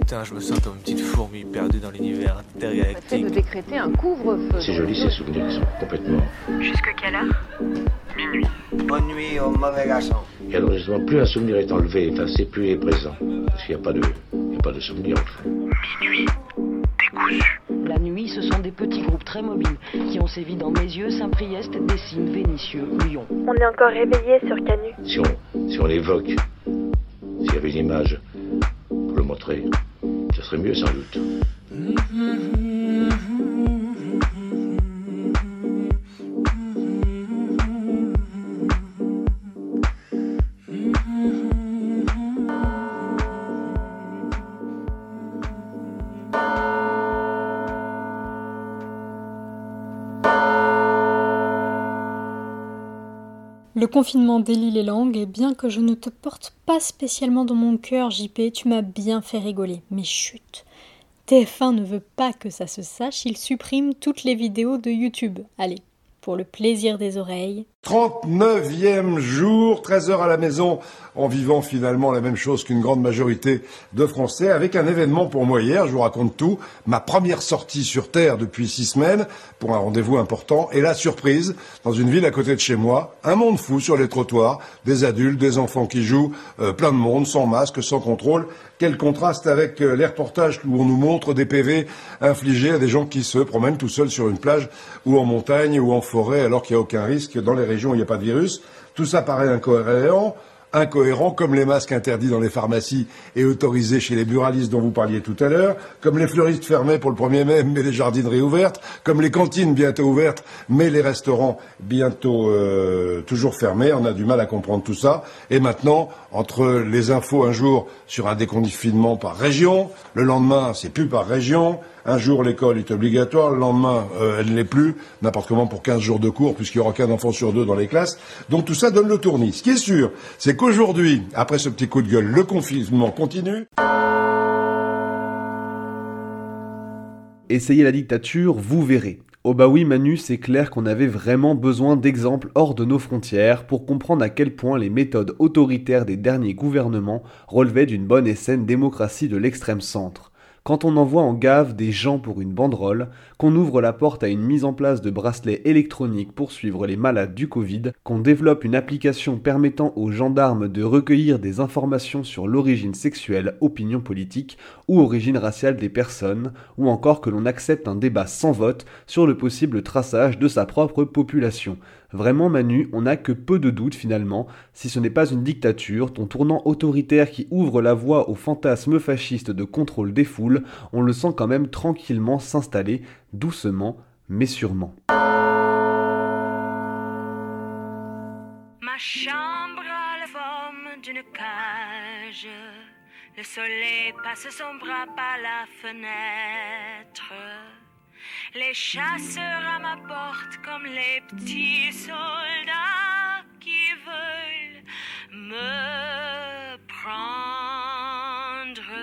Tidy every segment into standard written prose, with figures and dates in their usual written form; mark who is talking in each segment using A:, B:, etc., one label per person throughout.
A: Putain, je me sens comme une petite fourmi perdue dans l'univers intergalactique.
B: Le fait de décréter un couvre-feu.
C: C'est joli ces souvenirs, ils sont complètement...
D: Jusque quelle heure?
E: Minuit.
F: Bonne nuit au mauvais garçon.
C: Et alors justement, plus un souvenir est enlevé, effacé, plus il est présent. Parce qu'il n'y a pas de souvenir en fait.
E: Minuit. Décousu.
B: La nuit, ce sont des petits groupes très mobiles qui ont sévi dans Mézieux, Saint-Priest, Dessines, Vénissieux, Lyon.
G: On est encore réveillé sur Canu.
C: Si on l'évoque, s'il y avait une image pour le montrer, ce serait mieux sans doute.
H: Le confinement délie les langues et bien que je ne te porte pas spécialement dans mon cœur, JP, tu m'as bien fait rigoler. Mais chut, TF1 ne veut pas que ça se sache, il supprime toutes les vidéos de YouTube. Allez, pour le plaisir des oreilles.
I: 39e jour, 13 heures à la maison, en vivant finalement la même chose qu'une grande majorité de Français, avec un événement pour moi hier, je vous raconte tout, ma première sortie sur Terre depuis 6 semaines, pour un rendez-vous important, et la surprise, dans une ville à côté de chez moi, un monde fou sur les trottoirs, des adultes, des enfants qui jouent, plein de monde, sans masque, sans contrôle. Quel contraste avec les reportages où on nous montre des PV infligés à des gens qui se promènent tout seuls sur une plage, ou en montagne, ou en forêt, alors qu'il n'y a aucun risque dans les régions où il n'y a pas de virus. Tout ça paraît incohérent, comme les masques interdits dans les pharmacies et autorisés chez les buralistes dont vous parliez tout à l'heure, comme les fleuristes fermés pour le 1er mai, mais les jardineries ouvertes, comme les cantines bientôt ouvertes, mais les restaurants bientôt toujours fermés. On a du mal à comprendre tout ça. Et maintenant, entre les infos un jour sur un déconfinement par région, le lendemain, c'est plus par région. Un jour, l'école est obligatoire, le lendemain, elle ne l'est plus, n'importe comment pour 15 jours de cours, puisqu'il n'y aura qu'un enfant sur 2 dans les classes. Donc tout ça donne le tournis. Ce qui est sûr, c'est qu'aujourd'hui, après ce petit coup de gueule, le confinement continue.
J: Essayez la dictature, vous verrez. Oh bah oui Manu, c'est clair qu'on avait vraiment besoin d'exemples hors de nos frontières pour comprendre à quel point les méthodes autoritaires des derniers gouvernements relevaient d'une bonne et saine démocratie de l'extrême centre. Quand on envoie en gave des gens pour une banderole, qu'on ouvre la porte à une mise en place de bracelets électroniques pour suivre les malades du Covid, qu'on développe une application permettant aux gendarmes de recueillir des informations sur l'origine sexuelle, opinion politique ou origine raciale des personnes, ou encore que l'on accepte un débat sans vote sur le possible traçage de sa propre population. Vraiment Manu, on n'a que peu de doutes finalement, si ce n'est pas une dictature, ton tournant autoritaire qui ouvre la voie au fantasme fasciste de contrôle des foules, on le sent quand même tranquillement s'installer, doucement mais sûrement.
D: Ma chambre a la forme d'une cage, le soleil passe son bras par la fenêtre. Les chasseurs à ma porte comme les petits soldats qui veulent me prendre.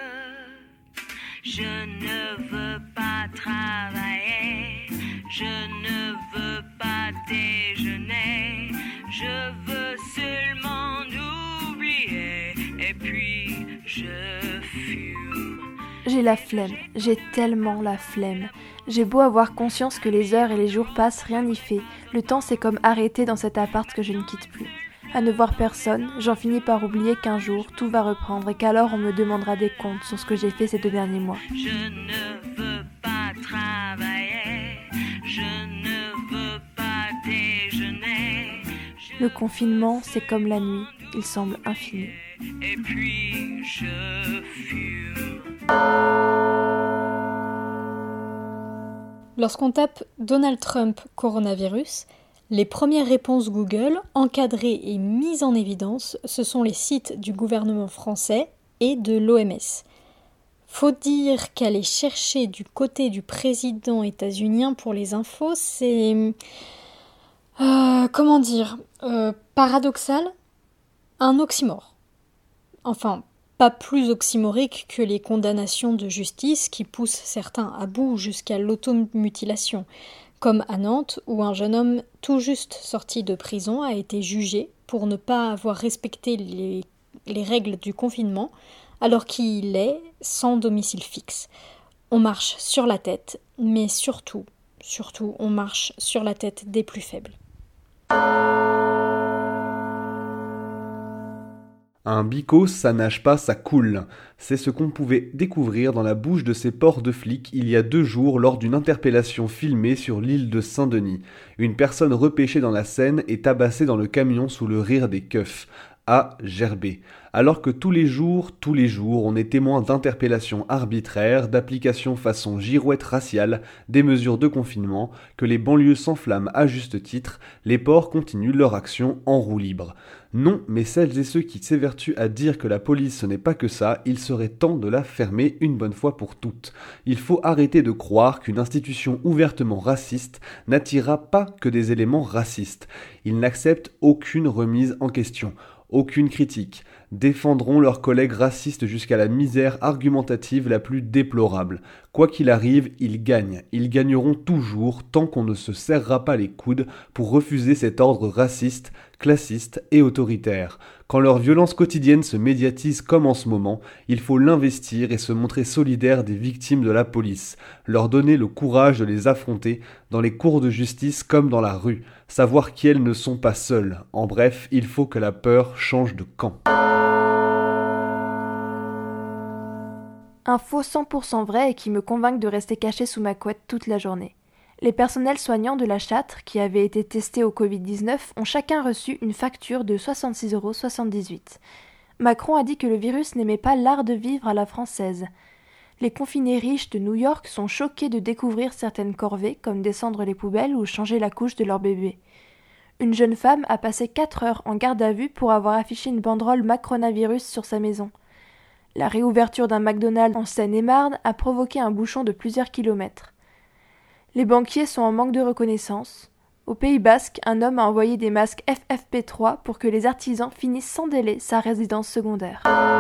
D: Je ne veux pas travailler, je ne veux pas déjeuner, je veux seulement oublier et puis je fume.
G: J'ai la flemme, j'ai tellement la flemme. J'ai beau avoir conscience que les heures et les jours passent, rien n'y fait. Le temps c'est comme arrêté dans cet appart que je ne quitte plus. À ne voir personne, j'en finis par oublier qu'un jour tout va reprendre et qu'alors on me demandera des comptes sur ce que j'ai fait ces 2 derniers mois.
D: Je ne veux pas travailler, je ne veux pas déjeuner.
G: Le confinement, c'est comme la nuit, il semble infini.
D: Et puis je fume.
H: Lorsqu'on tape Donald Trump coronavirus, les premières réponses Google, encadrées et mises en évidence, ce sont les sites du gouvernement français et de l'OMS. Faut dire qu'aller chercher du côté du président états-unien pour les infos, c'est... paradoxal, un oxymore. Enfin, pas plus oxymorique que les condamnations de justice qui poussent certains à bout jusqu'à l'automutilation, comme à Nantes où un jeune homme tout juste sorti de prison a été jugé pour ne pas avoir respecté les les règles du confinement alors qu'il est sans domicile fixe. On marche sur la tête, mais surtout, on marche sur la tête des plus faibles.
J: Un bico, ça nage pas, ça coule. C'est ce qu'on pouvait découvrir dans la bouche de ces porcs de flics il y a 2 jours lors d'une interpellation filmée sur l'île de Saint-Denis. Une personne repêchée dans la Seine est tabassée dans le camion sous le rire des keufs. À gerber. Alors que tous les jours, on est témoin d'interpellations arbitraires, d'applications façon girouette raciale, des mesures de confinement, que les banlieues s'enflamment à juste titre, les porcs continuent leur action en roue libre. Non, mais celles et ceux qui s'évertuent à dire que la police ce n'est pas que ça, il serait temps de la fermer une bonne fois pour toutes. Il faut arrêter de croire qu'une institution ouvertement raciste n'attirera pas que des éléments racistes. Ils n'acceptent aucune remise en question. Aucune critique, défendront leurs collègues racistes jusqu'à la misère argumentative la plus déplorable. Quoi qu'il arrive, ils gagnent. Ils gagneront toujours tant qu'on ne se serrera pas les coudes pour refuser cet ordre raciste, classiste et autoritaire. Quand leur violence quotidienne se médiatise comme en ce moment, il faut l'investir et se montrer solidaire des victimes de la police, leur donner le courage de les affronter dans les cours de justice comme dans la rue, savoir qu'elles ne sont pas seules. En bref, il faut que la peur change de camp.
G: Info 100% vrai et qui me convainc de rester caché sous ma couette toute la journée. Les personnels soignants de la Châtre, qui avaient été testés au Covid-19, ont chacun reçu une facture de 66,78 €. Macron a dit que le virus n'aimait pas l'art de vivre à la française. Les confinés riches de New York sont choqués de découvrir certaines corvées, comme descendre les poubelles ou changer la couche de leur bébé. Une jeune femme a passé 4 heures en garde à vue pour avoir affiché une banderole Macronavirus sur sa maison. La réouverture d'un McDonald's en Seine-et-Marne a provoqué un bouchon de plusieurs kilomètres. Les banquiers sont en manque de reconnaissance. Au Pays Basque, un homme a envoyé des masques FFP3 pour que les artisans finissent sans délai sa résidence secondaire.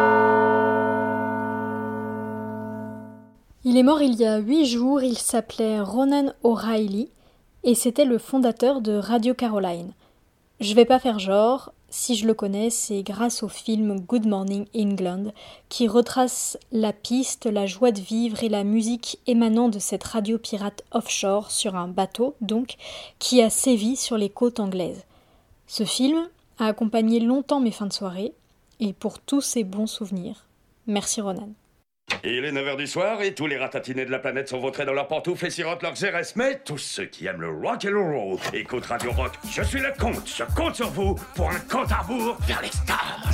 H: Il est mort il y a 8 jours, il s'appelait Ronan O'Reilly et c'était le fondateur de Radio Caroline. Je vais pas faire genre, si je le connais, c'est grâce au film Good Morning England qui retrace la piste, la joie de vivre et la musique émanant de cette radio pirate offshore sur un bateau, donc, qui a sévi sur les côtes anglaises. Ce film a accompagné longtemps mes fins de soirée et pour tous ces bons souvenirs, merci Ronan.
K: Il est 9h du soir et tous les ratatinés de la planète sont vautrés dans leurs pantoufles et sirotent leurs XRS. Mais tous ceux qui aiment le rock and roll écoutent Radio Rock. Je suis le comte, je compte sur vous pour un compte à rebours vers les stars.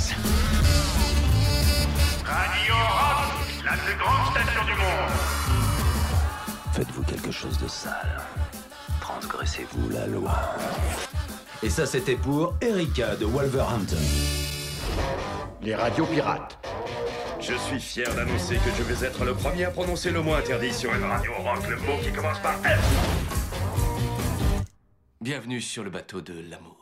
E: Radio Rock, la plus grande station du monde.
C: Faites-vous quelque chose de sale. Transgressez-vous la loi.
L: Et ça, c'était pour Erika de Wolverhampton.
K: Les radios pirates. Je suis fier d'annoncer que je vais être le premier à prononcer le mot interdit sur une radio rock, le mot qui commence par F.
L: Bienvenue sur le bateau de l'amour.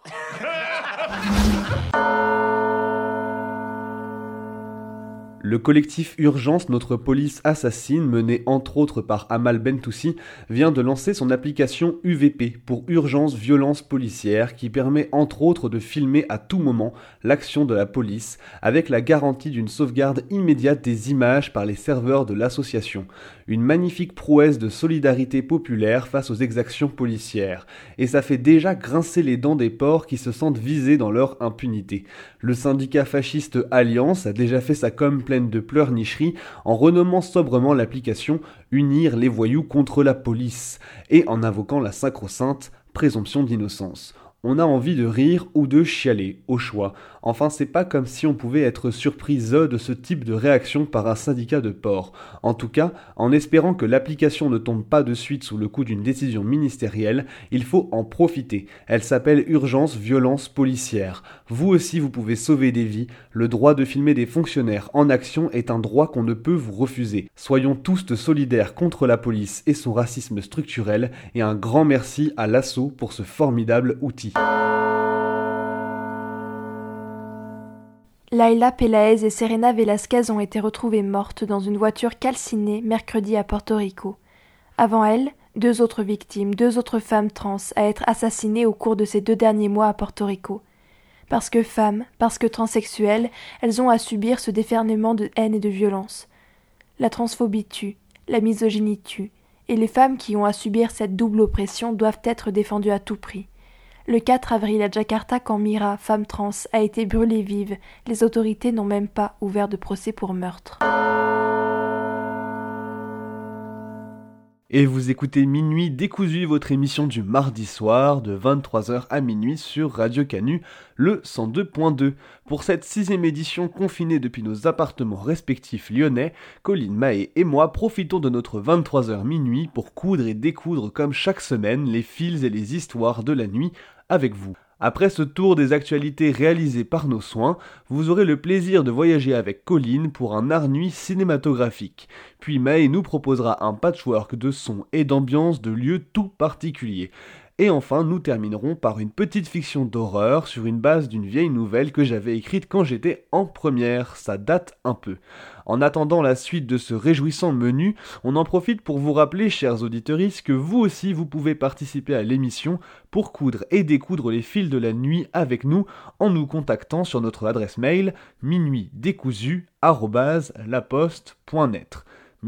J: Le collectif Urgence Notre Police Assassine, mené entre autres par Amal Bentoussi, vient de lancer son application UVP pour Urgence Violence Policière qui permet entre autres de filmer à tout moment l'action de la police avec la garantie d'une sauvegarde immédiate des images par les serveurs de l'association. Une magnifique prouesse de solidarité populaire face aux exactions policières. Et ça fait déjà grincer les dents des porcs qui se sentent visés dans leur impunité. Le syndicat fasciste Alliance a déjà fait sa com pleine de pleurnicheries en renommant sobrement l'application « Unir les voyous contre la police » et en invoquant la sacro-sainte présomption d'innocence. On a envie de rire ou de chialer, au choix. Enfin, c'est pas comme si on pouvait être surprise de ce type de réaction par un syndicat de porcs. En tout cas, en espérant que l'application ne tombe pas de suite sous le coup d'une décision ministérielle, il faut en profiter. Elle s'appelle Urgence Violence Policière. Vous aussi, vous pouvez sauver des vies. Le droit de filmer des fonctionnaires en action est un droit qu'on ne peut vous refuser. Soyons tous solidaires contre la police et son racisme structurel, et un grand merci à l'ASSO pour ce formidable outil.
G: Laila Pelaez et Serena Velasquez ont été retrouvées mortes dans une voiture calcinée mercredi à Porto Rico. Avant elles, 2 autres victimes, 2 autres femmes trans à être assassinées au cours de ces 2 derniers mois à Porto Rico. Parce que femmes, parce que transsexuelles, elles ont à subir ce déferlement de haine et de violence. La transphobie tue, la misogynie tue, et les femmes qui ont à subir cette double oppression doivent être défendues à tout prix. Le 4 avril à Jakarta, quand Mira, femme trans, a été brûlée vive, les autorités n'ont même pas ouvert de procès pour meurtre.
J: Et vous écoutez Minuit décousu, votre émission du mardi soir de 23h à minuit sur Radio Canu, le 102.2. Pour cette 6e édition confinée depuis nos appartements respectifs lyonnais, Colline, Maë et moi profitons de notre 23h minuit pour coudre et découdre comme chaque semaine les fils et les histoires de la nuit avec vous. Après ce tour des actualités réalisé par nos soins, vous aurez le plaisir de voyager avec Colline pour un art nuit cinématographique. Puis Maë nous proposera un patchwork de sons et d'ambiances de lieux tout particuliers. Et enfin, nous terminerons par une petite fiction d'horreur sur une base d'une vieille nouvelle que j'avais écrite quand j'étais en première, ça date un peu. En attendant la suite de ce réjouissant menu, on en profite pour vous rappeler, chers auditeuristes, que vous aussi vous pouvez participer à l'émission pour coudre et découdre les fils de la nuit avec nous en nous contactant sur notre adresse mail minuitdécousu@laposte.net.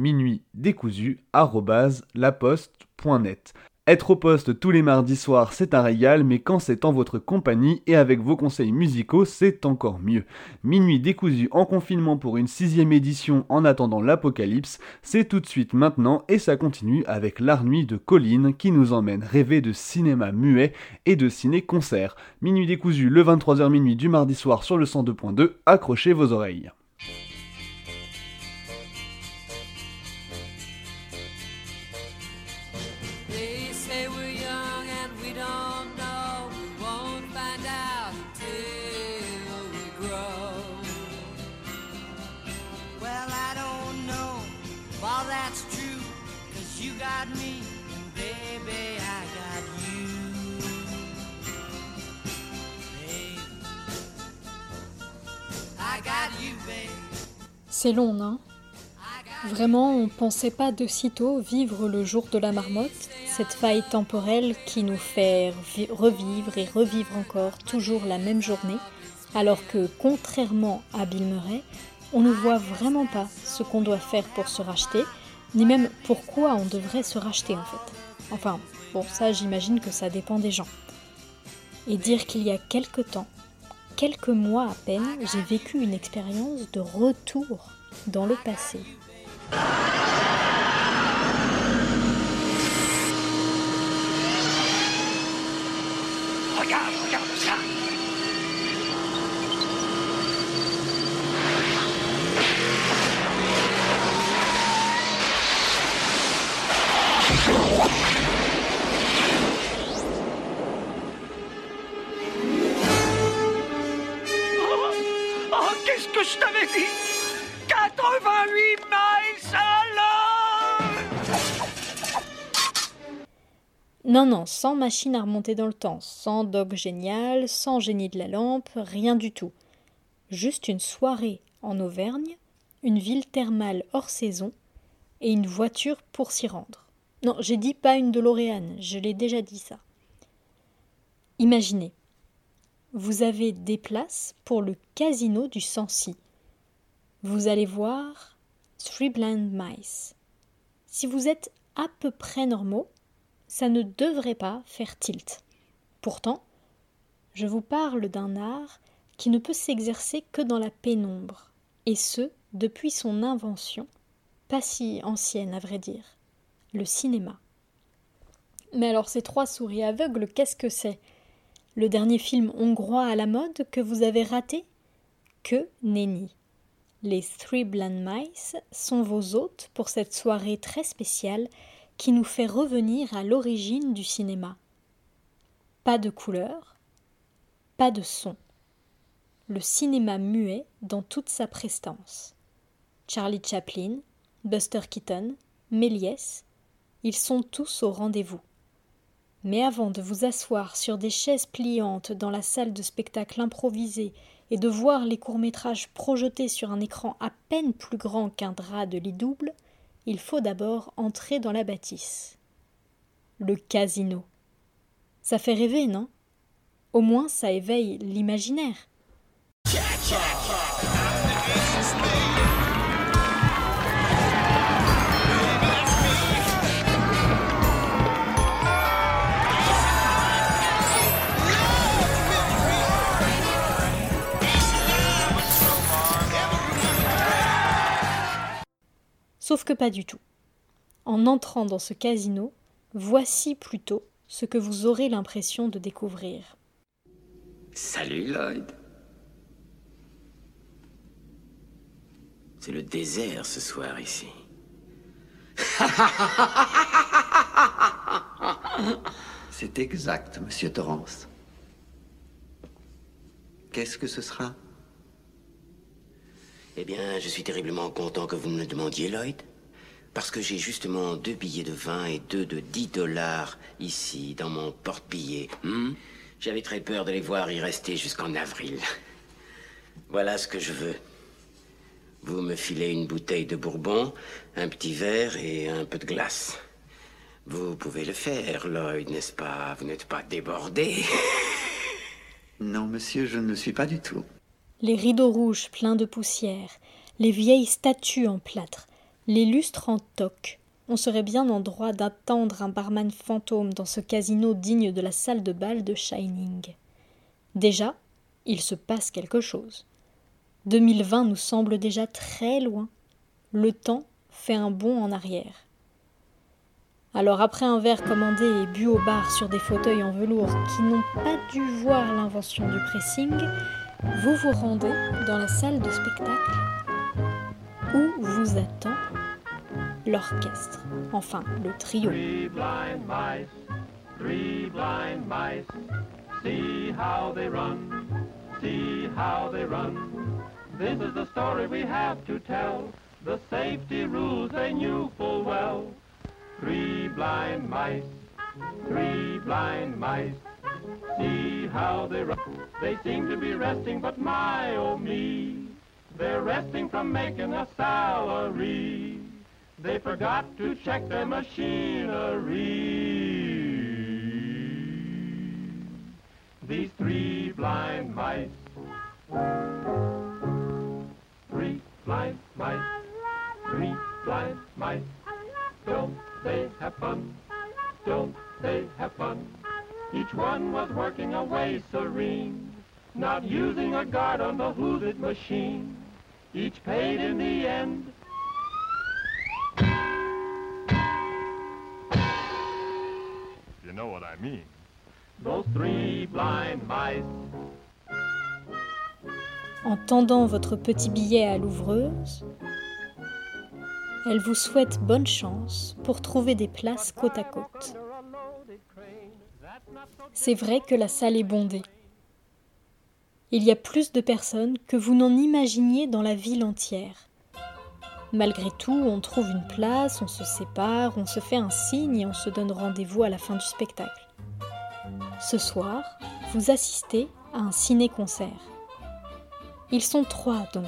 J: minuitdécousu@laposte.net. Être au poste tous les mardis soirs, c'est un régal, mais quand c'est en votre compagnie et avec vos conseils musicaux, c'est encore mieux. Minuit décousu en confinement pour une 6e édition en attendant l'apocalypse, c'est tout de suite maintenant et ça continue avec l'art nuit de Colline qui nous emmène rêver de cinéma muet et de ciné-concert. Minuit décousu le 23h minuit du mardi soir sur le 102.2, accrochez vos oreilles.
H: C'est long, non ? Vraiment, on pensait pas de sitôt vivre le jour de la marmotte, cette faille temporelle qui nous fait revivre et revivre encore toujours la même journée, alors que, contrairement à Bill Murray, on ne voit vraiment pas ce qu'on doit faire pour se racheter, ni même pourquoi on devrait se racheter en fait. Enfin, bon, ça j'imagine que ça dépend des gens. Et dire qu'il y a quelques mois à peine, j'ai vécu une expérience de retour dans le passé.
E: Regarde ça.
D: Oh, qu'est-ce que je t'avais dit? 88 miles à l'heure!
H: Non, sans machine à remonter dans le temps, sans dog génial, sans génie de la lampe, rien du tout. Juste une soirée en Auvergne, une ville thermale hors saison et une voiture pour s'y rendre. Non, j'ai dit pas une DeLorean, je l'ai déjà dit ça. Imaginez, vous avez des places pour le casino du Sancy. Vous allez voir Three Blind Mice. Si vous êtes à peu près normaux, ça ne devrait pas faire tilt. Pourtant, je vous parle d'un art qui ne peut s'exercer que dans la pénombre, et ce, depuis son invention, pas si ancienne à vrai dire, le cinéma. Mais alors ces 3 souris aveugles, qu'est-ce que c'est ? Le dernier film hongrois à la mode que vous avez raté ? Que nenni. Les Three Blind Mice sont vos hôtes pour cette soirée très spéciale qui nous fait revenir à l'origine du cinéma. Pas de couleur, pas de son. Le cinéma muet dans toute sa prestance. Charlie Chaplin, Buster Keaton, Méliès, ils sont tous au rendez-vous. Mais avant de vous asseoir sur des chaises pliantes dans la salle de spectacle improvisée et de voir les courts-métrages projetés sur un écran à peine plus grand qu'un drap de lit double, il faut d'abord entrer dans la bâtisse. Le casino. Ça fait rêver, non ? Au moins, ça éveille l'imaginaire. Sauf que pas du tout. En entrant dans ce casino, voici plutôt ce que vous aurez l'impression de découvrir.
M: Salut Lloyd. C'est le désert ce soir ici.
N: C'est exact, monsieur Torrance. Qu'est-ce que ce sera?
M: Eh bien, je suis terriblement content que vous me le demandiez, Lloyd. Parce que j'ai justement 2 billets de 20 et 2 de $10 ici, dans mon porte-billets. J'avais très peur de les voir y rester jusqu'en avril. Voilà ce que je veux. Vous me filez une bouteille de bourbon, un petit verre et un peu de glace. Vous pouvez le faire, Lloyd, n'est-ce pas? Vous n'êtes pas débordé?
N: Non, monsieur, je ne le suis pas du tout.
H: Les rideaux rouges pleins de poussière, les vieilles statues en plâtre, les lustres en toque. On serait bien en droit d'attendre un barman fantôme dans ce casino digne de la salle de bal de Shining. Déjà, il se passe quelque chose. 2020 nous semble déjà très loin. Le temps fait un bond en arrière. Alors après un verre commandé et bu au bar sur des fauteuils en velours qui n'ont pas dû voir l'invention du pressing, vous vous rendez dans la salle de spectacle où vous attend l'orchestre, enfin le trio.
E: Three blind mice, see how they run, see how they run. This is the story we have to tell, the safety rules they knew full well. 3 blind mice, see how they run. They seem to be resting, but my, oh me, they're resting from making a salary. They forgot to check their machinery. These 3 blind mice. 3 blind mice. 3 blind mice. Don't they have fun? Don't they have fun? Each one was working away serene, not using a guard on the Who's-It machine. Each paid in the end. You know what I mean. Those 3 blind mice.
H: En tendant votre petit billet à l'ouvreuse, elle vous souhaite bonne chance pour trouver des places côte à côte. C'est vrai que la salle est bondée. Il y a plus de personnes que vous n'en imaginiez dans la ville entière. Malgré tout, on trouve une place, on se sépare, on se fait un signe et on se donne rendez-vous à la fin du spectacle. Ce soir, vous assistez à un ciné-concert. Ils sont 3 donc.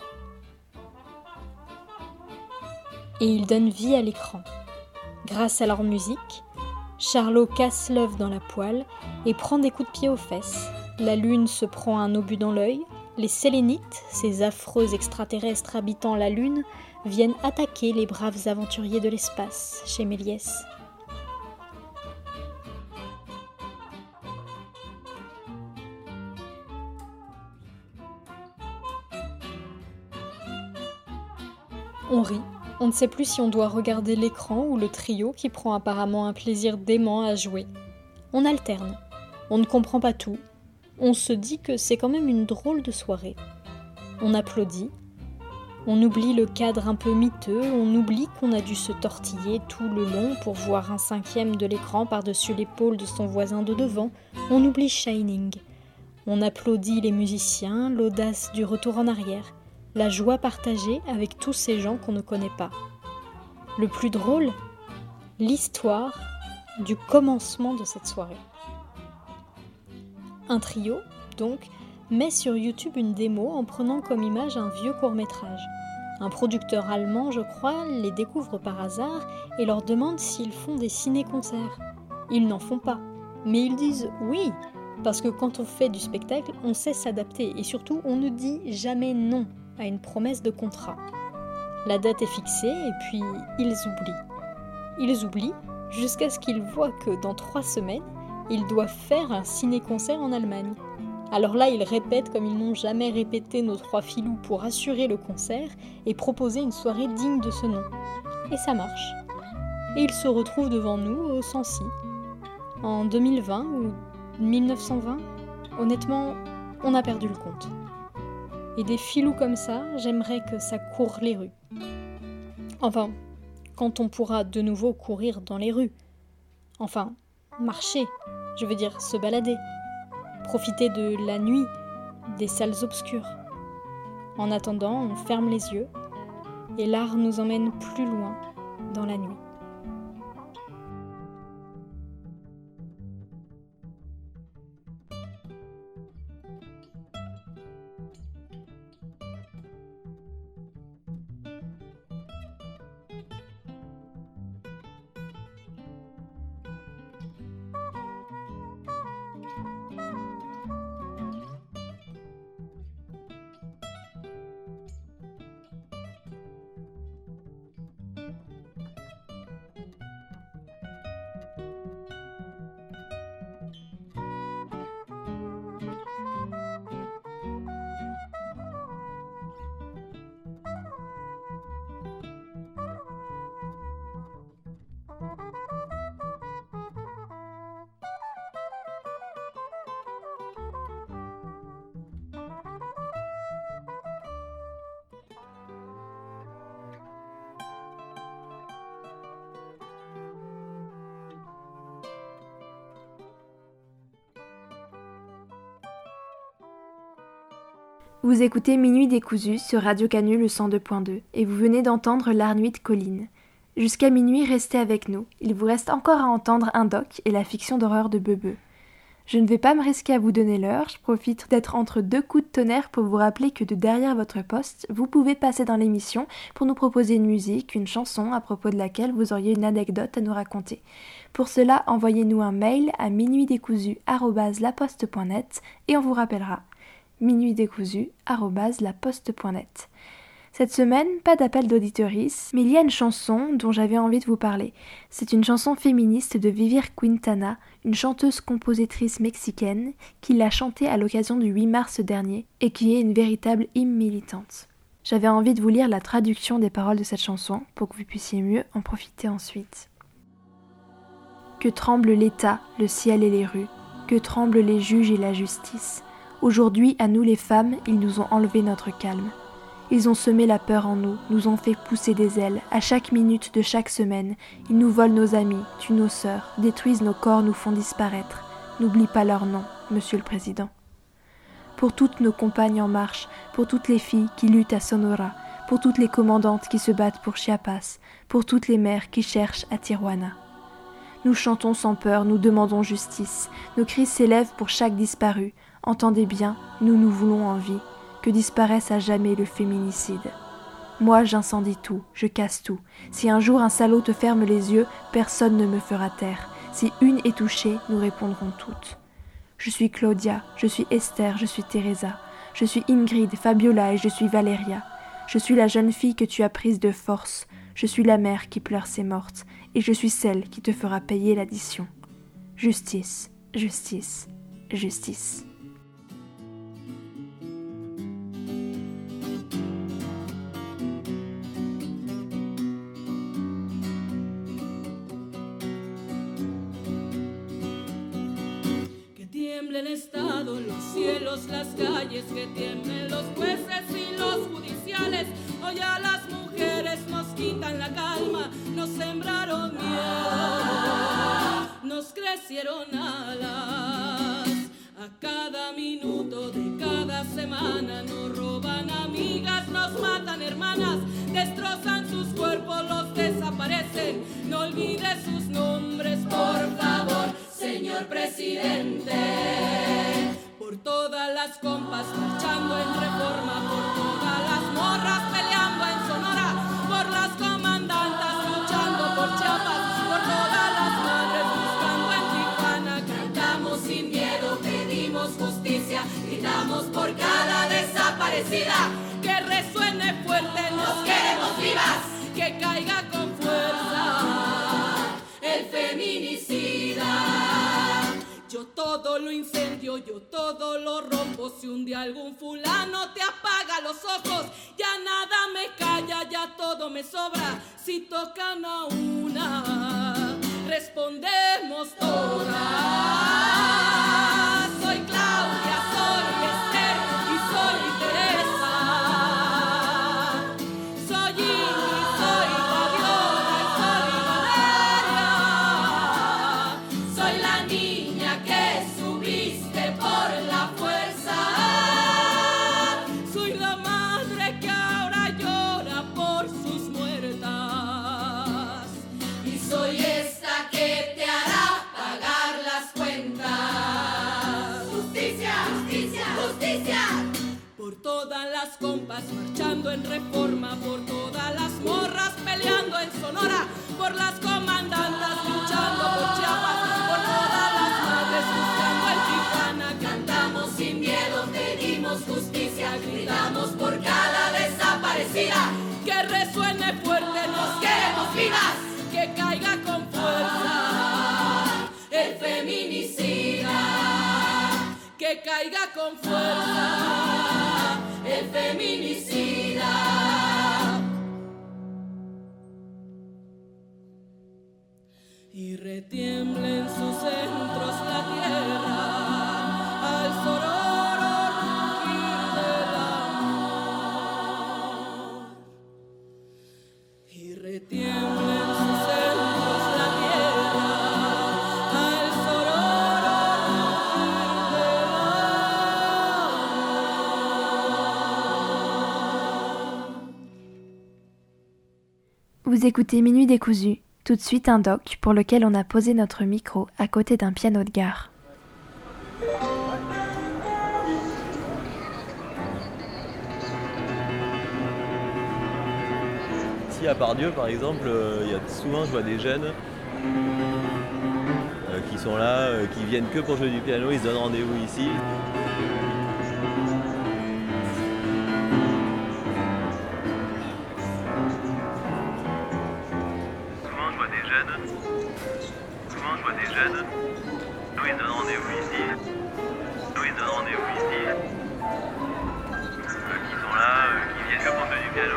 H: Et ils donnent vie à l'écran. Grâce à leur musique, Charlot casse l'œuf dans la poêle et prend des coups de pied aux fesses. La lune se prend un obus dans l'œil. Les Sélénites, ces affreux extraterrestres habitant la lune, viennent attaquer les braves aventuriers de l'espace chez Méliès. On rit. On ne sait plus si on doit regarder l'écran ou le trio qui prend apparemment un plaisir dément à jouer. On alterne. On ne comprend pas tout. On se dit que c'est quand même une drôle de soirée. On applaudit. On oublie le cadre un peu miteux. On oublie qu'on a dû se tortiller tout le long pour voir un 5e de l'écran par-dessus l'épaule de son voisin de devant. On oublie Shining. On applaudit les musiciens, l'audace du retour en arrière. La joie partagée avec tous ces gens qu'on ne connaît pas. Le plus drôle, l'histoire du commencement de cette soirée. Un trio, donc, met sur YouTube une démo en prenant comme image un vieux court-métrage. Un producteur allemand, je crois, les découvre par hasard et leur demande s'ils font des ciné-concerts. Ils n'en font pas, mais ils disent « Oui, Parce que quand on fait du spectacle, on sait s'adapter et surtout, on ne dit jamais non à une promesse de contrat. La date est fixée et puis ils oublient. Ils oublient jusqu'à ce qu'ils voient que dans 3 semaines, ils doivent faire un ciné-concert en Allemagne. Alors là, ils répètent comme ils n'ont jamais répété nos 3 filous pour assurer le concert et proposer une soirée digne de ce nom. Et ça marche. Et ils se retrouvent devant nous au Sancy. En 2020 ou 1920, honnêtement, on a perdu le compte. Et des filous comme ça, j'aimerais que ça court les rues. Enfin, quand on pourra de nouveau courir dans les rues. Enfin, marcher, je veux dire se balader. Profiter de la nuit, des salles obscures. En attendant, on ferme les yeux et l'art nous emmène plus loin dans la nuit.
G: Vous écoutez Minuit décousu sur Radio Canu le 102.2 et vous venez d'entendre L'Art Nuit de Colline. Jusqu'à minuit, restez avec nous. Il vous reste encore à entendre un doc et la fiction d'horreur de Bebe. Je ne vais pas me risquer à vous donner l'heure, je profite d'être entre 2 coups de tonnerre pour vous rappeler que de derrière votre poste, vous pouvez passer dans l'émission pour nous proposer une musique, une chanson à propos de laquelle vous auriez une anecdote à nous raconter. Pour cela, envoyez-nous un mail à minuitdécousu@laposte.net et on vous rappellera. minuitdécousu@laposte.net. Cette semaine, pas d'appel d'auditeurice, mais il y a une chanson dont j'avais envie de vous parler. C'est une chanson féministe de Vivir Quintana, une chanteuse-compositrice mexicaine qui l'a chantée à l'occasion du 8 mars dernier et qui est une véritable hymne militante. J'avais envie de vous lire la traduction des paroles de cette chanson pour que vous puissiez mieux en profiter ensuite. Que tremblent l'État, le ciel et les rues, que tremblent les juges et la justice. Aujourd'hui, à nous les femmes, ils nous ont enlevé notre calme. Ils ont semé la peur en nous, nous ont fait pousser des ailes. À chaque minute de chaque semaine, ils nous volent nos amis, tuent nos sœurs, détruisent nos corps, nous font disparaître. N'oublie pas leur nom, Monsieur le Président. Pour toutes nos compagnes en marche, pour toutes les filles qui luttent à Sonora, pour toutes les commandantes qui se battent pour Chiapas, pour toutes les mères qui cherchent à Tijuana. Nous chantons sans peur, nous demandons justice. Nos cris s'élèvent pour chaque disparu. Entendez bien, nous nous voulons en vie, que disparaisse à jamais le féminicide. Moi j'incendie tout, je casse tout. Si un jour un salaud te ferme les yeux, personne ne me fera taire. Si une est touchée, nous répondrons toutes. Je suis Claudia, je suis Esther, je suis Teresa. Je suis Ingrid, Fabiola et je suis Valeria. Je suis la jeune fille que tu as prise de force. Je suis la mère qui pleure ses mortes. Et je suis celle qui te fera payer l'addition. Justice, justice, justice.
O: El Estado, los cielos, las calles, que tiemblen los jueces y los judiciales. Hoy a las mujeres nos quitan la calma, nos sembraron miedo, nos crecieron alas. A cada minuto de cada semana nos roban amigas, nos matan hermanas, destrozan sus cuerpos, los desaparecen. No olvide sus nombres, por favor, señor presidente. Por todas las compas marchando en Reforma, por todas las morras peleando en Sonora, por las comandantas luchando por Chiapas, por todas las madres buscando en Tijuana. Cantamos sin miedo, pedimos feminicida, que resuene fuerte, nos queremos vivas, que caiga con fuerza el feminicida. Yo todo lo incendio, yo todo lo rompo. Si un día algún fulano te apaga los ojos, ya nada me calla, ya todo me sobra. Si tocan a una, respondemos todas. Soy Claudia, soy Esther y soy Teresa. Soy Ingrid, soy Fabiola y soy Valeria. Soy la niña que subiste por la fuerza. Soy la madre que ahora llora por sus muertas. Y soy esta que te hará pagar las cuentas. Justicia, justicia, justicia. Por todas las compas marchando en Reforma, por todas las morras peleando en Sonora, por las comandantas luchando por Chiapas, por todas las madres buscando en Tijuana. Cantamos sin miedo, pedimos justicia, gritamos por cada desaparecida. Que resuene fuerte, nos queremos vivas, que caiga con fuerza el feminicida, que caiga con fuerza el feminicida. Y retiemble en sus centros la tierra al sororo rugir del amor. Y retiemble en sus centros la tierra al sororo rugir del amor.
G: Vous écoutez Minuit décousu. Tout de suite un doc pour lequel on a posé notre micro à côté d'un piano de gare.
P: Ici à Pardieu par exemple, il y a souvent je vois des jeunes qui sont là, qui viennent que pour jouer du piano, ils se donnent rendez-vous ici. Souvent je vois des jeunes, nous ils donnent rendez-vous ici, qui sont là, qui viennent que pour jouer du piano.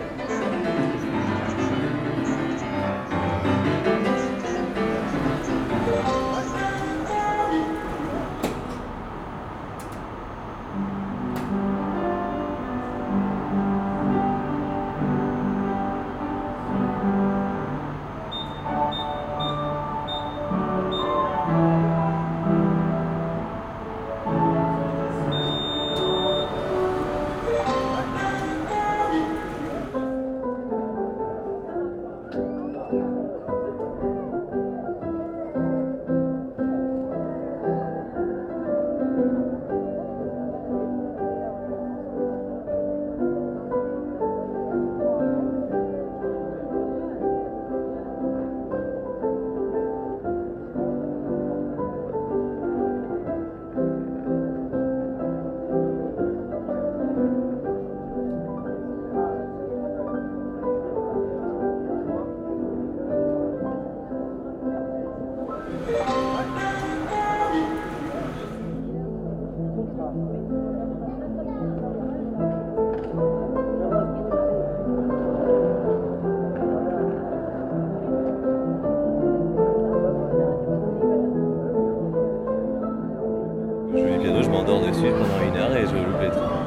P: Je m'endors dessus pendant 1 heure et je loupe les trains.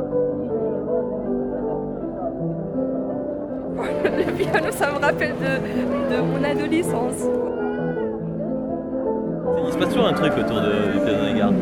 Q: Le piano, ça me rappelle de mon adolescence.
P: Il se passe toujours un truc autour du piano des gares.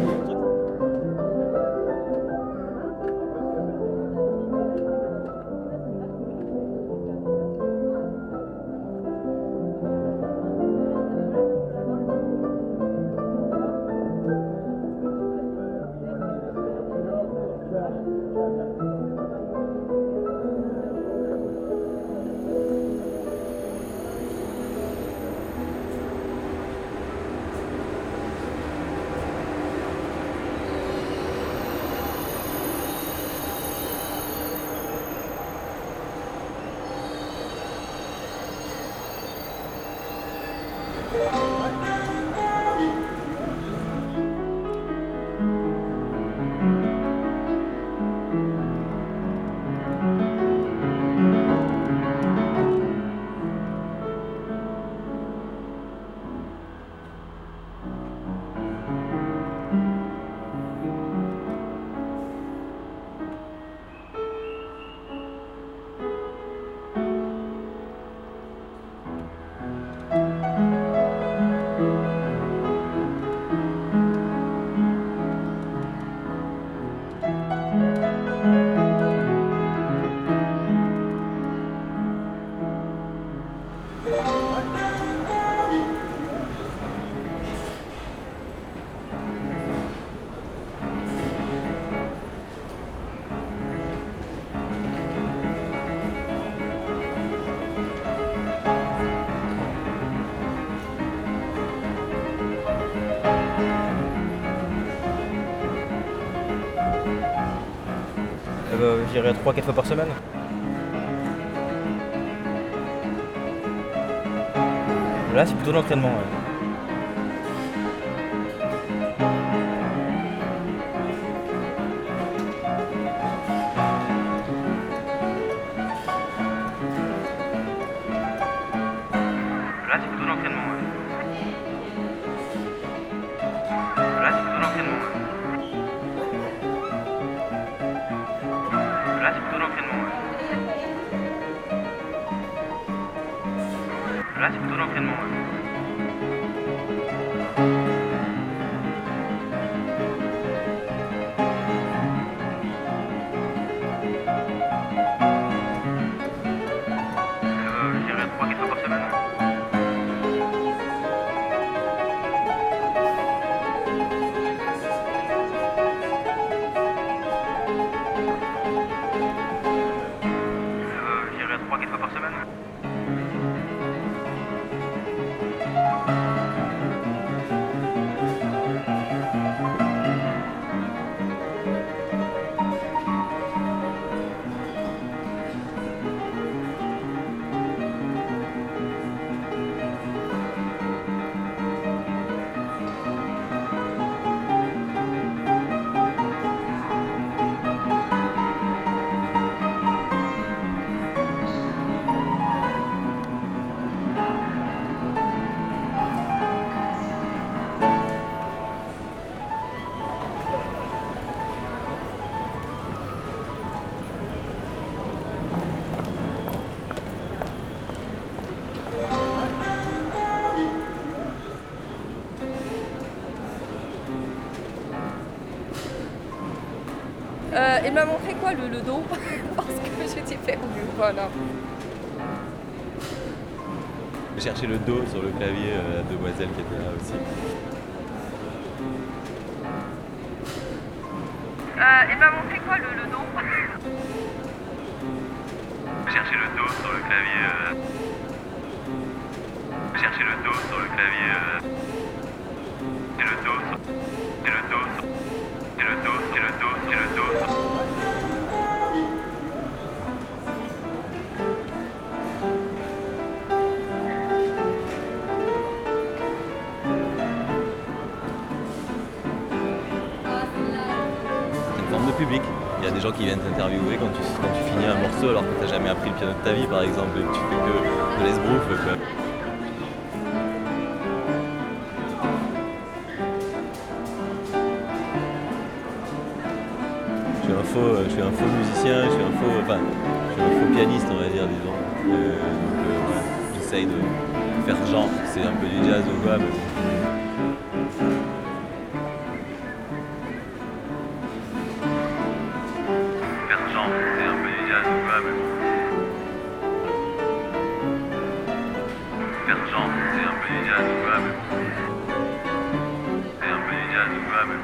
R: J'irai 3-4 fois par semaine. Là, c'est plutôt l'entraînement. Ouais. Là, c'est plutôt l'entraînement. Ouais. Là, c'est plutôt l'entraînement. Ouais. Là, c'est plutôt l'entraînement. Ouais. Là, c'est plutôt l'entraînement. Ouais. J'irai 3-4 fois par semaine. J'irai 3-4 fois par semaine.
Q: Il m'a montré quoi, le dos parce que j'étais perdue, voilà.
S: J'ai cherché le dos sur le clavier, la demoiselle qui était là aussi.
Q: Il m'a montré quoi, le dos
S: J'ai cherché le dos sur le clavier. J'ai cherché le dos sur le clavier. Et le dos sur... Et le dos sur... Et le dos, et le dos, et le dos. C'est une forme de public. Il y a des gens qui viennent t'interviewer quand tu finis un morceau alors que t'as jamais appris le piano de ta vie par exemple et que tu fais que de l'esbrouf. Je suis un faux musicien, je suis un faux pianiste on va dire disons. Voilà, j'essaye de faire genre, c'est un peu du jazz ou quoi. Mais... Faire genre, c'est un peu du jazz ou quoi. Mais... Faire genre, c'est un peu du jazz ou quoi. Mais... C'est un peu du jazz ou quoi. Mais...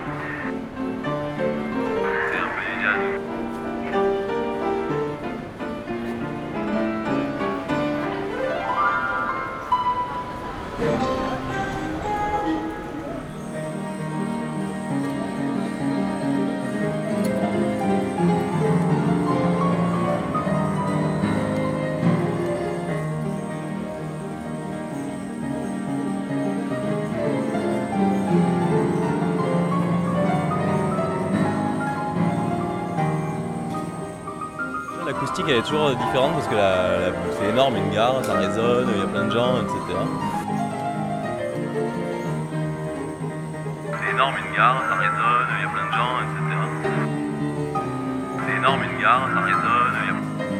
S: L'acoustique elle est toujours différente parce que c'est énorme, une gare, ça résonne, il y a plein de gens, etc. C'est énorme une gare, ça résonne, il y a plein de gens, etc. C'est énorme une gare, ça résonne, il y a...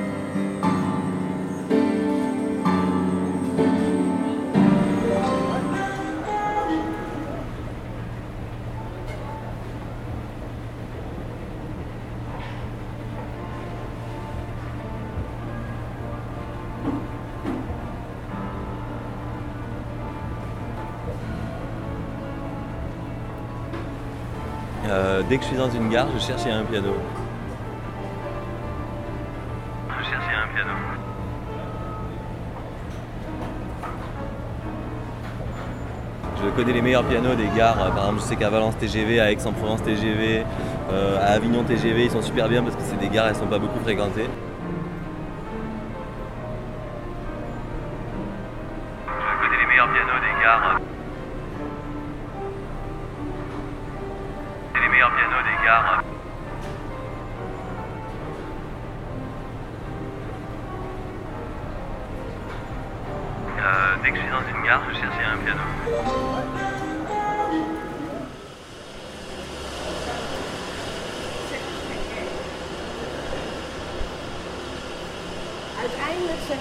S: Dès que je suis dans une gare, je cherche un piano. Je cherche un piano. Je connais les meilleurs pianos des gares, par exemple je sais qu'à Valence TGV, à Aix-en-Provence TGV, à Avignon TGV, ils sont super bien parce que c'est des gares, elles sont pas beaucoup fréquentées.
R: Je connais les meilleurs pianos des gares. Les meilleurs pianos des gares. Dès que je suis dans une gare, je cherchais un piano.
T: Uiteindelijk zeg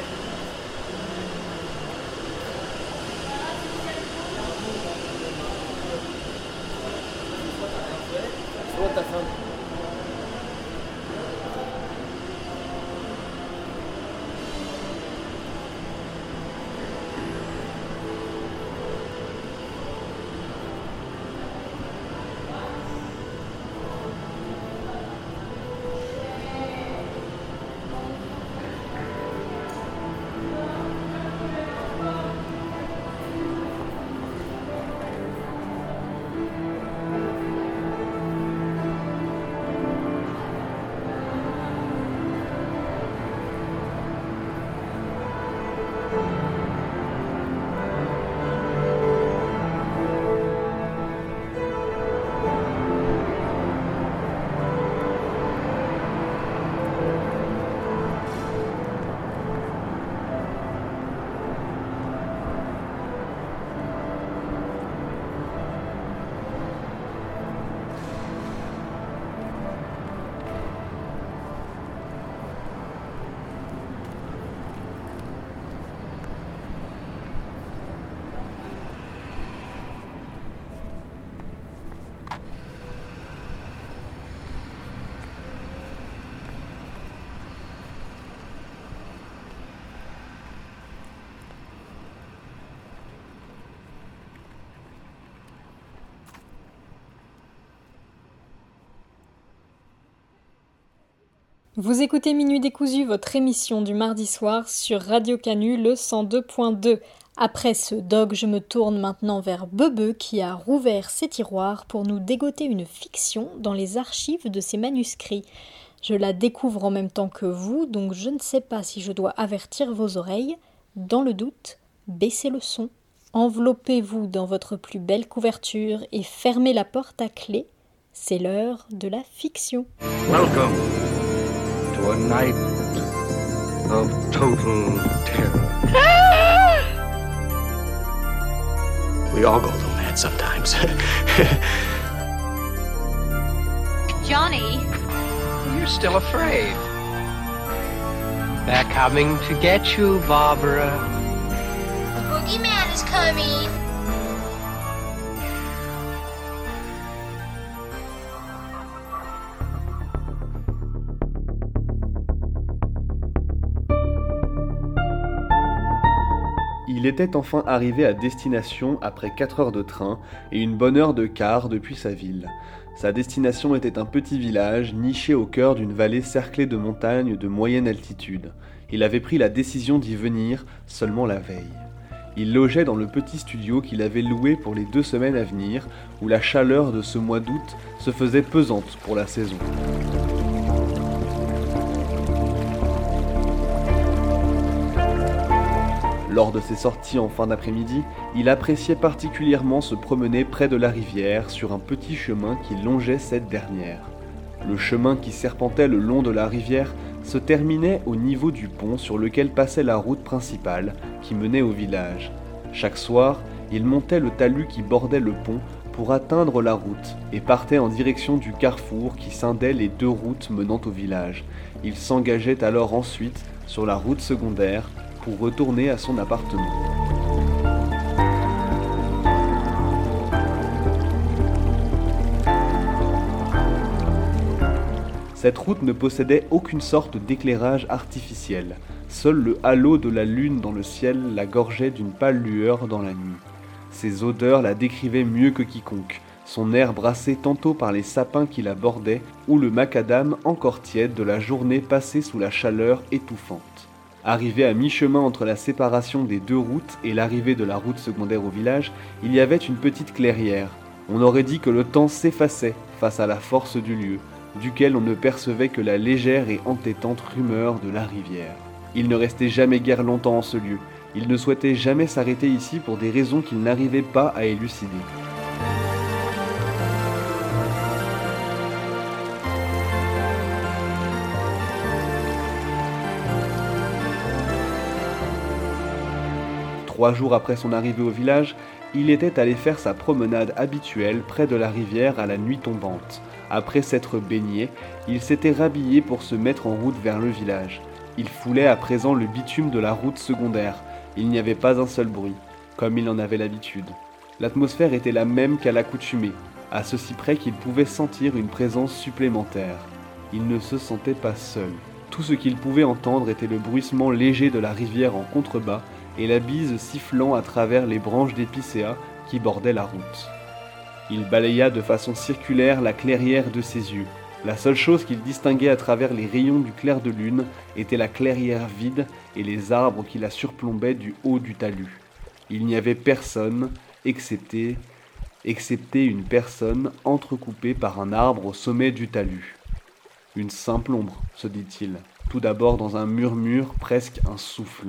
H: Vous écoutez Minuit décousu, votre émission du mardi soir sur Radio Canu, le 102.2. Après ce dog, je me tourne maintenant vers Bebe qui a rouvert ses tiroirs pour nous dégoter une fiction dans les archives de ses manuscrits. Je la découvre en même temps que vous, donc je ne sais pas si je dois avertir vos oreilles. Dans le doute, baissez le son. Enveloppez-vous dans votre plus belle couverture et fermez la porte à clé. C'est l'heure de la fiction.
U: Welcome to a night of total terror. We all go a little mad sometimes.
V: Johnny,
U: You're still afraid. They're coming to get you, Barbara.
V: the boogeyman is coming.
J: Il était enfin arrivé à destination après 4 heures de train et une bonne heure de quart depuis sa ville. Sa destination était un petit village niché au cœur d'une vallée cerclée de montagnes de moyenne altitude. Il avait pris la décision d'y venir seulement la veille. Il logeait dans le petit studio qu'il avait loué pour les 2 semaines à venir, où la chaleur de ce mois d'août se faisait pesante pour la saison. Lors de ses sorties en fin d'après-midi, il appréciait particulièrement se promener près de la rivière sur un petit chemin qui longeait cette dernière. Le chemin qui serpentait le long de la rivière se terminait au niveau du pont sur lequel passait la route principale qui menait au village. Chaque soir, il montait le talus qui bordait le pont pour atteindre la route et partait en direction du carrefour qui scindait les 2 routes menant au village. Il s'engageait alors ensuite sur la route secondaire pour retourner à son appartement. Cette route ne possédait aucune sorte d'éclairage artificiel. Seul le halo de la lune dans le ciel la gorgeait d'une pâle lueur dans la nuit. Ses odeurs la décrivaient mieux que quiconque, son air brassé tantôt par les sapins qui la bordaient ou le macadam encore tiède de la journée passée sous la chaleur étouffante. Arrivé à mi-chemin entre la séparation des deux routes et l'arrivée de la route secondaire au village, il y avait une petite clairière. On aurait dit que le temps s'effaçait face à la force du lieu, duquel on ne percevait que la légère et entêtante rumeur de la rivière. Il ne restait jamais guère longtemps en ce lieu. Il ne souhaitait jamais s'arrêter ici pour des raisons qu'il n'arrivait pas à élucider. Trois jours après son arrivée au village, il était allé faire sa promenade habituelle près de la rivière à la nuit tombante. Après s'être baigné, il s'était rhabillé pour se mettre en route vers le village. Il foulait à présent le bitume de la route secondaire. Il n'y avait pas un seul bruit, comme il en avait l'habitude. L'atmosphère était la même qu'à l'accoutumée, à ceci près qu'il pouvait sentir une présence supplémentaire. Il ne se sentait pas seul. Tout ce qu'il pouvait entendre était le bruissement léger de la rivière en contrebas et la bise sifflant à travers les branches d'épicéa qui bordaient la route. Il balaya de façon circulaire la clairière de ses yeux. La seule chose qu'il distinguait à travers les rayons du clair de lune était la clairière vide et les arbres qui la surplombaient du haut du talus. Il n'y avait personne, excepté une personne entrecoupée par un arbre au sommet du talus. Une simple ombre, se dit-il, tout d'abord dans un murmure, presque un souffle.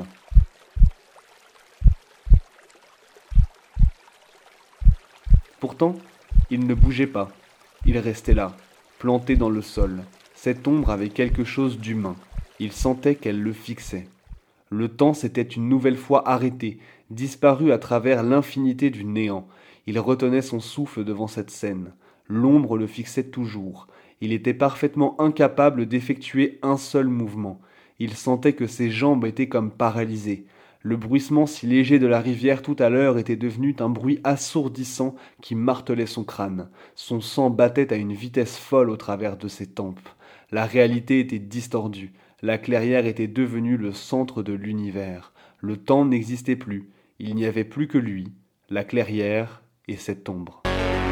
J: Pourtant, il ne bougeait pas. Il restait là, planté dans le sol. Cette ombre avait quelque chose d'humain. Il sentait qu'elle le fixait. Le temps s'était une nouvelle fois arrêté, disparu à travers l'infinité du néant. Il retenait son souffle devant cette scène. L'ombre le fixait toujours. Il était parfaitement incapable d'effectuer un seul mouvement. Il sentait que ses jambes étaient comme paralysées. Le bruissement si léger de la rivière tout à l'heure était devenu un bruit assourdissant qui martelait son crâne. Son sang battait à une vitesse folle au travers de ses tempes. La réalité était distordue. La clairière était devenue le centre de l'univers. Le temps n'existait plus. Il n'y avait plus que lui, la clairière et cette ombre.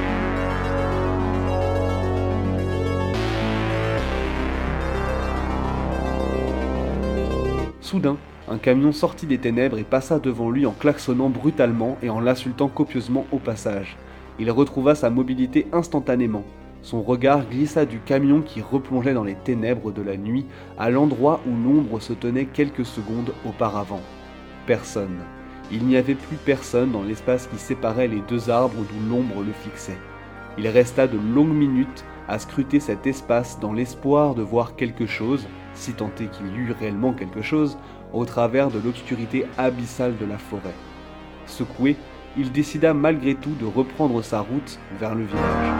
J: Soudain, un camion sortit des ténèbres et passa devant lui en klaxonnant brutalement et en l'insultant copieusement au passage. Il retrouva sa mobilité instantanément. Son regard glissa du camion qui replongeait dans les ténèbres de la nuit à l'endroit où l'ombre se tenait quelques secondes auparavant. Personne. Il n'y avait plus personne dans l'espace qui séparait les deux arbres d'où l'ombre le fixait. Il resta de longues minutes à scruter cet espace dans l'espoir de voir quelque chose, si tant est qu'il y eût réellement quelque chose, au travers de l'obscurité abyssale de la forêt. Secoué, il décida malgré tout de reprendre sa route vers le village.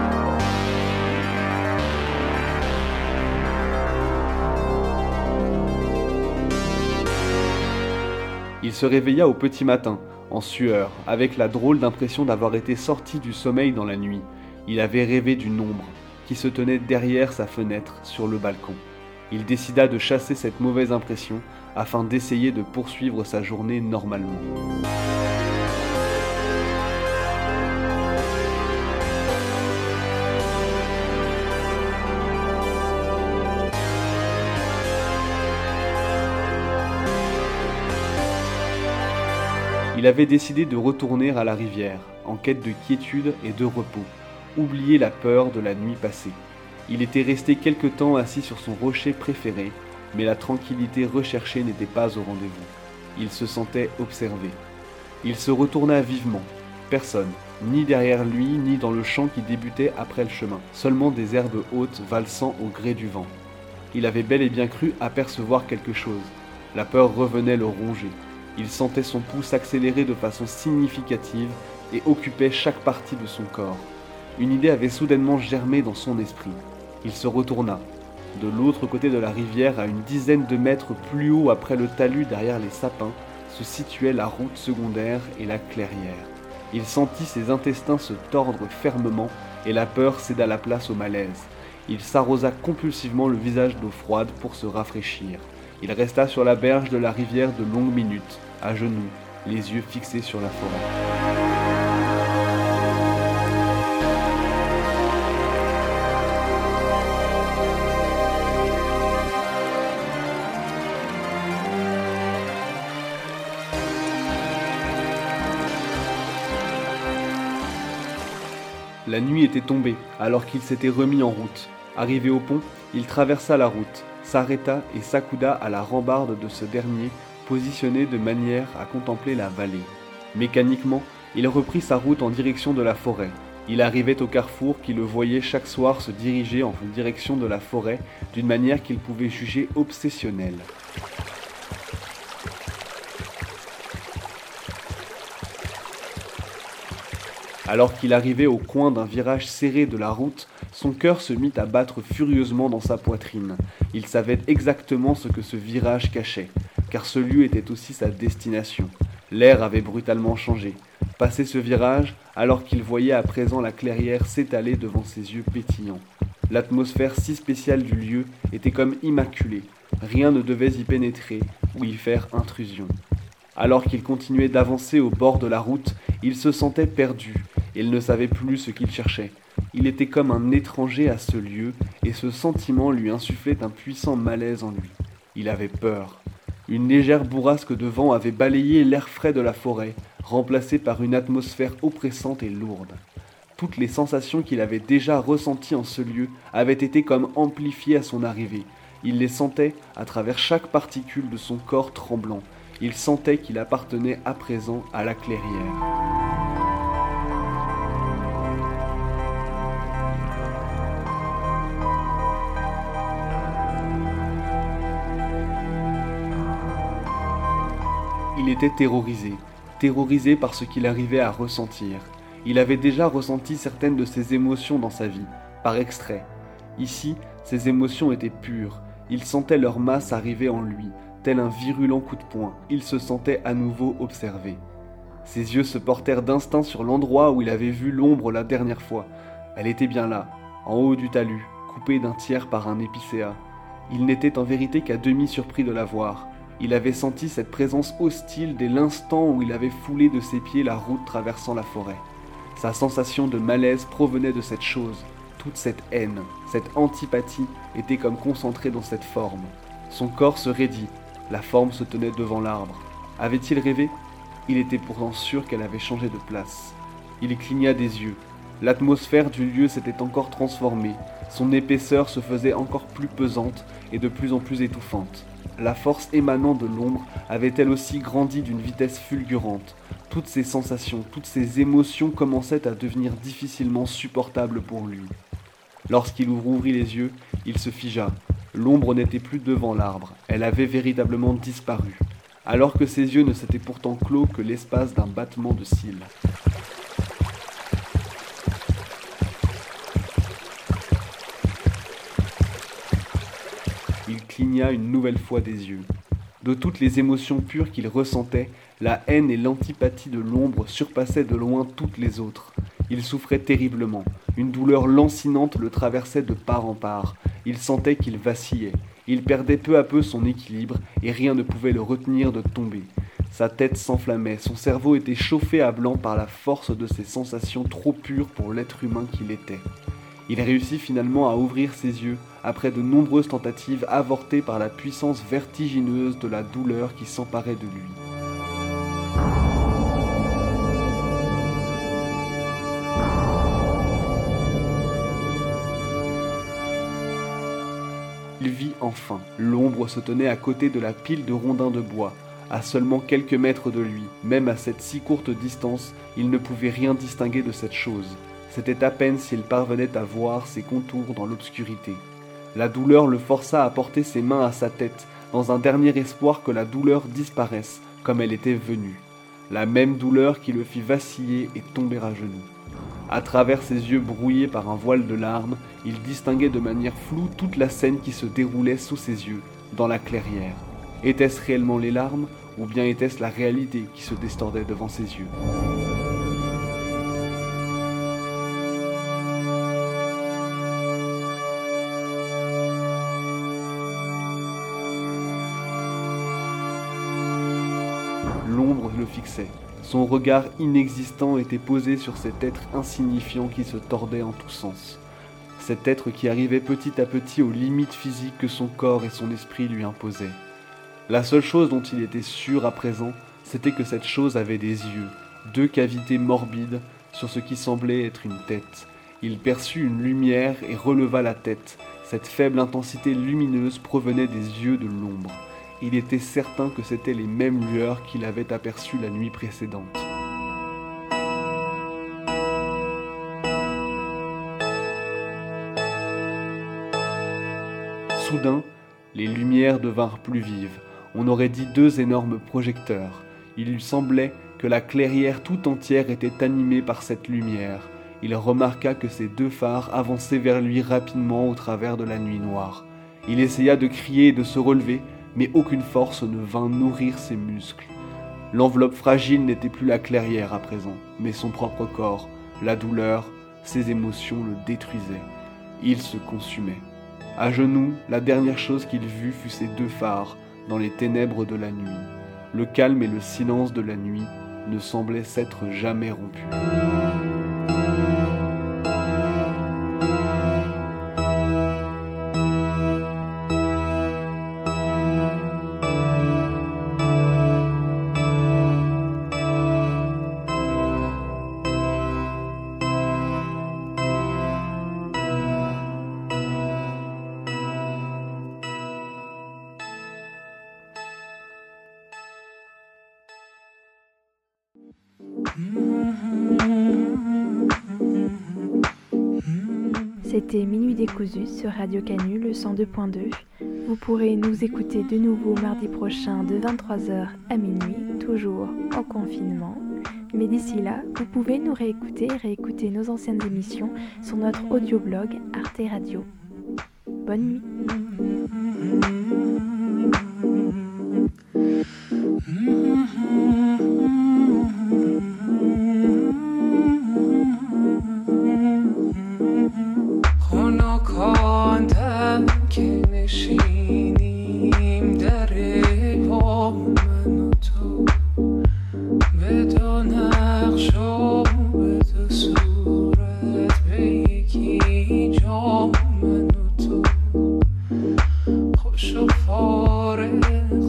J: Il se réveilla au petit matin, en sueur, avec la drôle d'impression d'avoir été sorti du sommeil dans la nuit. Il avait rêvé d'une ombre qui se tenait derrière sa fenêtre sur le balcon. Il décida de chasser cette mauvaise impression afin d'essayer de poursuivre sa journée normalement. Il avait décidé de retourner à la rivière, en quête de quiétude et de repos, oublier la peur de la nuit passée. Il était resté quelque temps assis sur son rocher préféré, mais la tranquillité recherchée n'était pas au rendez-vous. Il se sentait observé. Il se retourna vivement. Personne, ni derrière lui, ni dans le champ qui débutait après le chemin. Seulement des herbes hautes valsant au gré du vent. Il avait bel et bien cru apercevoir quelque chose. La peur revenait le ronger. Il sentait son pouls s'accélérer de façon significative et occupait chaque partie de son corps. Une idée avait soudainement germé dans son esprit. Il se retourna. De l'autre côté de la rivière, à une dizaine de mètres plus haut après le talus derrière les sapins, se situait la route secondaire et la clairière. Il sentit ses intestins se tordre fermement et la peur céda la place au malaise. Il s'arrosa compulsivement le visage d'eau froide pour se rafraîchir. Il resta sur la berge de la rivière de longues minutes, à genoux, les yeux fixés sur la forêt. La nuit était tombée, alors qu'il s'était remis en route. Arrivé au pont, il traversa la route, s'arrêta et s'accouda à la rambarde de ce dernier, positionné de manière à contempler la vallée. Mécaniquement, il reprit sa route en direction de la forêt. Il arrivait au carrefour qui le voyait chaque soir se diriger en direction de la forêt d'une manière qu'il pouvait juger obsessionnelle. Alors qu'il arrivait au coin d'un virage serré de la route, son cœur se mit à battre furieusement dans sa poitrine. Il savait exactement ce que ce virage cachait, car ce lieu était aussi sa destination. L'air avait brutalement changé. Passé ce virage, alors qu'il voyait à présent la clairière s'étaler devant ses yeux pétillants. L'atmosphère si spéciale du lieu était comme immaculée. Rien ne devait y pénétrer ou y faire intrusion. Alors qu'il continuait d'avancer au bord de la route, il se sentait perdu. Il ne savait plus ce qu'il cherchait. Il était comme un étranger à ce lieu, et ce sentiment lui insufflait un puissant malaise en lui. Il avait peur. Une légère bourrasque de vent avait balayé l'air frais de la forêt, remplacé par une atmosphère oppressante et lourde. Toutes les sensations qu'il avait déjà ressenties en ce lieu avaient été comme amplifiées à son arrivée. Il les sentait à travers chaque particule de son corps tremblant. Il sentait qu'il appartenait à présent à la clairière. Il était terrorisé par ce qu'il arrivait à ressentir. Il avait déjà ressenti certaines de ses émotions dans sa vie, par extrait. Ici, ses émotions étaient pures. Il sentait leur masse arriver en lui, tel un virulent coup de poing. Il se sentait à nouveau observé. Ses yeux se portèrent d'instinct sur l'endroit où il avait vu l'ombre la dernière fois. Elle était bien là, en haut du talus, coupée d'un tiers par un épicéa. Il n'était en vérité qu'à demi surpris de la voir. Il avait senti cette présence hostile dès l'instant où il avait foulé de ses pieds la route traversant la forêt. Sa sensation de malaise provenait de cette chose. Toute cette haine, cette antipathie était comme concentrée dans cette forme. Son corps se raidit, la forme se tenait devant l'arbre. Avait-il rêvé ? Il était pourtant sûr qu'elle avait changé de place. Il cligna des yeux. L'atmosphère du lieu s'était encore transformée. Son épaisseur se faisait encore plus pesante et de plus en plus étouffante. La force émanant de l'ombre avait elle aussi grandi d'une vitesse fulgurante. Toutes ces sensations, toutes ces émotions commençaient à devenir difficilement supportables pour lui. Lorsqu'il ouvrit les yeux, il se figea. L'ombre n'était plus devant l'arbre, elle avait véritablement disparu, alors que ses yeux ne s'étaient pourtant clos que l'espace d'un battement de cils. Il cligna une nouvelle fois des yeux. De toutes les émotions pures qu'il ressentait, la haine et l'antipathie de l'ombre surpassaient de loin toutes les autres. Il souffrait terriblement. Une douleur lancinante le traversait de part en part. Il sentait qu'il vacillait. Il perdait peu à peu son équilibre et rien ne pouvait le retenir de tomber. Sa tête s'enflammait, son cerveau était chauffé à blanc par la force de ces sensations trop pures pour l'être humain qu'il était. Il réussit finalement à ouvrir ses yeux après de nombreuses tentatives avortées par la puissance vertigineuse de la douleur qui s'emparait de lui. Il vit enfin. L'ombre se tenait à côté de la pile de rondins de bois, à seulement quelques mètres de lui. Même à cette si courte distance, il ne pouvait rien distinguer de cette chose. C'était à peine s'il parvenait à voir ses contours dans l'obscurité. La douleur le força à porter ses mains à sa tête, dans un dernier espoir que la douleur disparaisse, comme elle était venue. La même douleur qui le fit vaciller et tomber à genoux. À travers ses yeux brouillés par un voile de larmes, il distinguait de manière floue toute la scène qui se déroulait sous ses yeux, dans la clairière. Était-ce réellement les larmes, ou bien était-ce la réalité qui se distordait devant ses yeux ? L'ombre le fixait. Son regard inexistant était posé sur cet être insignifiant qui se tordait en tous sens. Cet être qui arrivait petit à petit aux limites physiques que son corps et son esprit lui imposaient. La seule chose dont il était sûr à présent, c'était que cette chose avait des yeux, deux cavités morbides sur ce qui semblait être une tête, Il perçut une lumière et releva la tête. Cette faible intensité lumineuse provenait des yeux de l'ombre. Il était certain que c'étaient les mêmes lueurs qu'il avait aperçues la nuit précédente. Soudain, les lumières devinrent plus vives. On aurait dit 2 énormes projecteurs. Il lui semblait que la clairière tout entière était animée par cette lumière. Il remarqua que ces 2 phares avançaient vers lui rapidement au travers de la nuit noire. Il essaya de crier et de se relever, mais aucune force ne vint nourrir ses muscles. L'enveloppe fragile n'était plus la clairière à présent, mais son propre corps. La douleur, ses émotions le détruisaient. Il se consumait. À genoux, la dernière chose qu'il vit fut ces 2 phares, dans les ténèbres de la nuit. Le calme et le silence de la nuit ne semblaient s'être jamais rompus.
G: C'était Minuit décousu sur Radio Canu, le 102.2. Vous pourrez nous écouter de nouveau mardi prochain de 23h à minuit, toujours en confinement. Mais d'ici là, vous pouvez nous réécouter nos anciennes émissions sur notre audioblog Arte Radio. Bonne nuit.
A: خنکاندم که نشینیم در پا من و تو به 2 نقش و به 2 صورت به یکی جا من و تو خوش و فارغ